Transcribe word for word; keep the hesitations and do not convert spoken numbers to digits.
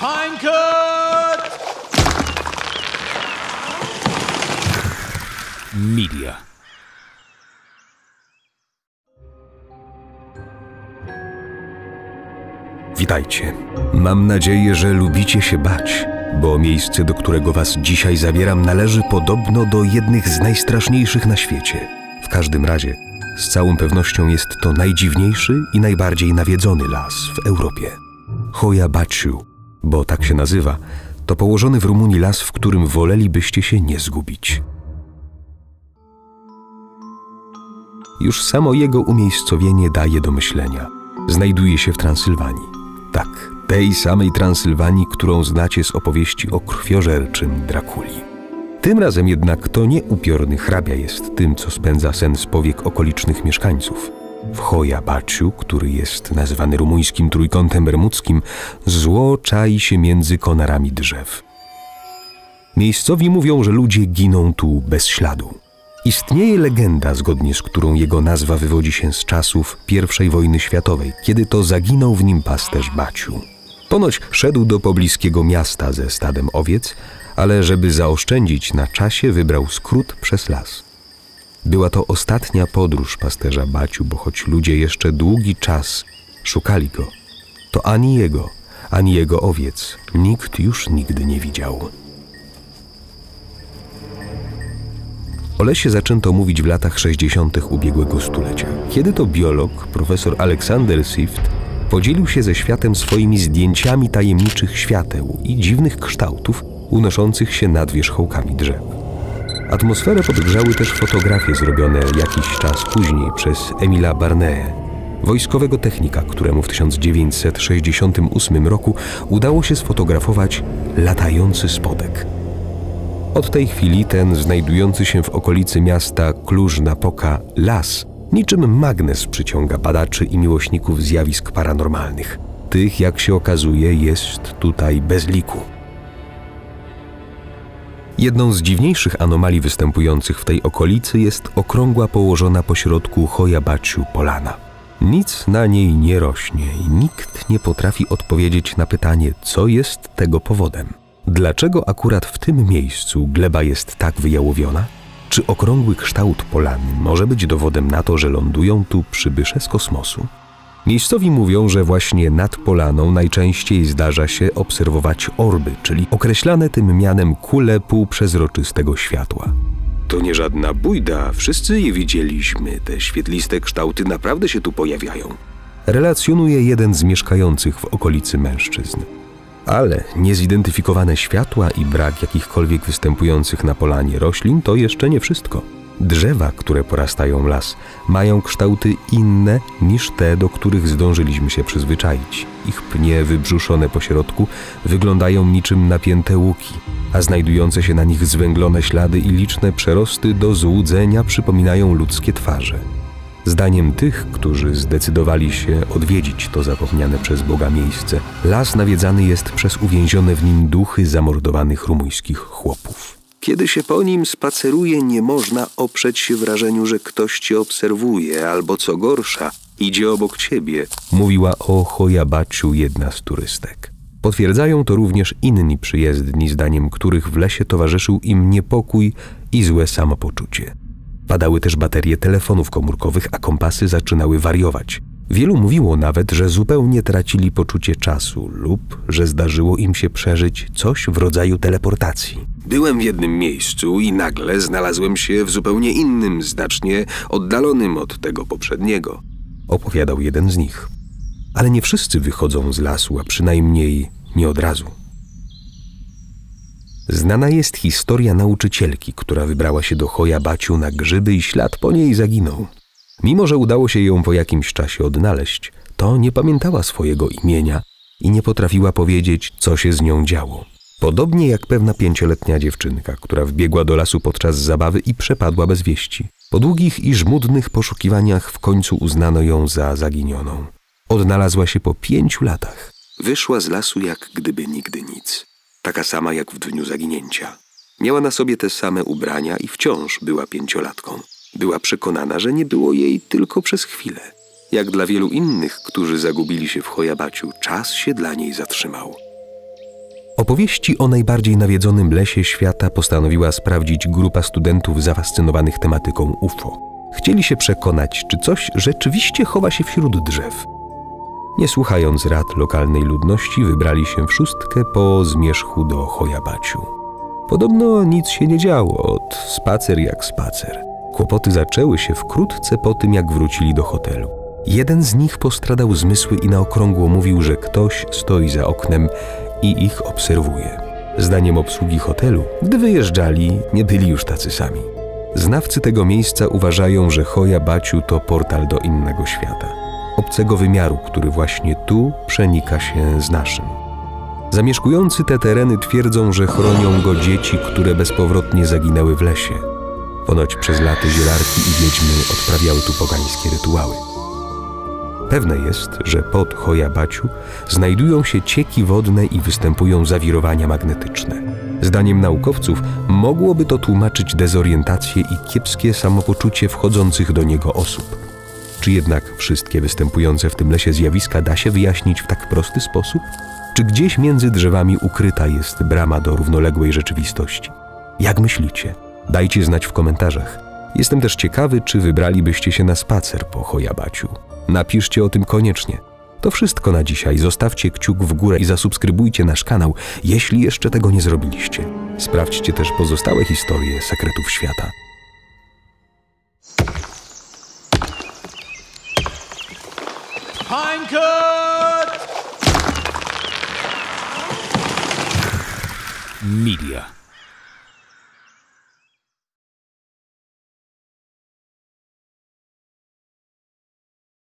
Pinecurt! Media. Witajcie. Mam nadzieję, że lubicie się bać, bo miejsce, do którego was dzisiaj zabieram, należy podobno do jednych z najstraszniejszych na świecie. W każdym razie, z całą pewnością jest to najdziwniejszy i najbardziej nawiedzony las w Europie. Hoia Baciu, bo tak się nazywa, to położony w Rumunii las, w którym wolelibyście się nie zgubić. Już samo jego umiejscowienie daje do myślenia. Znajduje się w Transylwanii. Tak, tej samej Transylwanii, którą znacie z opowieści o krwiożerczym Drakuli. Tym razem jednak to nie upiorny hrabia jest tym, co spędza sen z powiek okolicznych mieszkańców. W Hoia Baciu, który jest nazywany rumuńskim trójkątem bermudzkim, zło czai się między konarami drzew. Miejscowi mówią, że ludzie giną tu bez śladu. Istnieje legenda, zgodnie z którą jego nazwa wywodzi się z czasów pierwszej wojny światowej, kiedy to zaginął w nim pasterz Baciu. Ponoć szedł do pobliskiego miasta ze stadem owiec, ale żeby zaoszczędzić na czasie, wybrał skrót przez las. Była to ostatnia podróż pasterza Baciu, bo choć ludzie jeszcze długi czas szukali go, to ani jego, ani jego owiec nikt już nigdy nie widział. O lesie zaczęto mówić w latach sześćdziesiątych ubiegłego stulecia, kiedy to biolog, profesor Alexander Swift, podzielił się ze światem swoimi zdjęciami tajemniczych świateł i dziwnych kształtów unoszących się nad wierzchołkami drzew. Atmosferę podgrzały też fotografie zrobione jakiś czas później przez Emila Barnea, wojskowego technika, któremu w tysiąc dziewięćset sześćdziesiątym ósmym roku udało się sfotografować latający spodek. Od tej chwili ten znajdujący się w okolicy miasta Cluj-Napoca las niczym magnes przyciąga badaczy i miłośników zjawisk paranormalnych. Tych, jak się okazuje, jest tutaj bez liku. Jedną z dziwniejszych anomalii występujących w tej okolicy jest okrągła położona pośrodku Hoia Baciu polana. Nic na niej nie rośnie i nikt nie potrafi odpowiedzieć na pytanie, co jest tego powodem. Dlaczego akurat w tym miejscu gleba jest tak wyjałowiona? Czy okrągły kształt polany może być dowodem na to, że lądują tu przybysze z kosmosu? Miejscowi mówią, że właśnie nad polaną najczęściej zdarza się obserwować orby, czyli określane tym mianem kule półprzezroczystego światła. To nie żadna bójda, wszyscy je widzieliśmy, te świetliste kształty naprawdę się tu pojawiają. Relacjonuje jeden z mieszkających w okolicy mężczyzn. Ale niezidentyfikowane światła i brak jakichkolwiek występujących na polanie roślin to jeszcze nie wszystko. Drzewa, które porastają las, mają kształty inne niż te, do których zdążyliśmy się przyzwyczaić. Ich pnie wybrzuszone po środku wyglądają niczym napięte łuki, a znajdujące się na nich zwęglone ślady i liczne przerosty do złudzenia przypominają ludzkie twarze. Zdaniem tych, którzy zdecydowali się odwiedzić to zapomniane przez Boga miejsce, las nawiedzany jest przez uwięzione w nim duchy zamordowanych rumuńskich chłopów. Kiedy się po nim spaceruje, nie można oprzeć się wrażeniu, że ktoś cię obserwuje, albo co gorsza, idzie obok ciebie, mówiła o Hoia Baciu jedna z turystek. Potwierdzają to również inni przyjezdni, zdaniem których w lesie towarzyszył im niepokój i złe samopoczucie. Padały też baterie telefonów komórkowych, a kompasy zaczynały wariować. Wielu mówiło nawet, że zupełnie tracili poczucie czasu lub że zdarzyło im się przeżyć coś w rodzaju teleportacji. Byłem w jednym miejscu i nagle znalazłem się w zupełnie innym, znacznie oddalonym od tego poprzedniego, opowiadał jeden z nich. Ale nie wszyscy wychodzą z lasu, a przynajmniej nie od razu. Znana jest historia nauczycielki, która wybrała się do Hoia Baciu na grzyby i ślad po niej zaginął. Mimo że udało się ją po jakimś czasie odnaleźć, to nie pamiętała swojego imienia i nie potrafiła powiedzieć, co się z nią działo. Podobnie jak pewna pięcioletnia dziewczynka, która wbiegła do lasu podczas zabawy i przepadła bez wieści. Po długich i żmudnych poszukiwaniach w końcu uznano ją za zaginioną. Odnalazła się po pięciu latach. Wyszła z lasu jak gdyby nigdy nic. Taka sama jak w dniu zaginięcia. Miała na sobie te same ubrania i wciąż była pięciolatką. Była przekonana, że nie było jej tylko przez chwilę. Jak dla wielu innych, którzy zagubili się w Hoia Baciu, czas się dla niej zatrzymał. Opowieści o najbardziej nawiedzonym lesie świata postanowiła sprawdzić grupa studentów zafascynowanych tematyką U F O. Chcieli się przekonać, czy coś rzeczywiście chowa się wśród drzew. Nie słuchając rad lokalnej ludności, wybrali się w szóstkę po zmierzchu do Hoia Baciu. Podobno nic się nie działo, od spacer jak spacer. Kłopoty zaczęły się wkrótce po tym, jak wrócili do hotelu. Jeden z nich postradał zmysły i na okrągło mówił, że ktoś stoi za oknem i ich obserwuje. Zdaniem obsługi hotelu, gdy wyjeżdżali, nie byli już tacy sami. Znawcy tego miejsca uważają, że Hoia Baciu to portal do innego świata, obcego wymiaru, który właśnie tu przenika się z naszym. Zamieszkujący te tereny twierdzą, że chronią go dzieci, które bezpowrotnie zaginęły w lesie. Ponoć przez lata zielarki i wiedźmy odprawiały tu pogańskie rytuały. Pewne jest, że pod Hoia Baciu znajdują się cieki wodne i występują zawirowania magnetyczne. Zdaniem naukowców mogłoby to tłumaczyć dezorientację i kiepskie samopoczucie wchodzących do niego osób. Czy jednak wszystkie występujące w tym lesie zjawiska da się wyjaśnić w tak prosty sposób? Czy gdzieś między drzewami ukryta jest brama do równoległej rzeczywistości? Jak myślicie? Dajcie znać w komentarzach. Jestem też ciekawy, czy wybralibyście się na spacer po Hoia Baciu. Napiszcie o tym koniecznie. To wszystko na dzisiaj. Zostawcie kciuk w górę i zasubskrybujcie nasz kanał, jeśli jeszcze tego nie zrobiliście. Sprawdźcie też pozostałe historie sekretów świata. Media.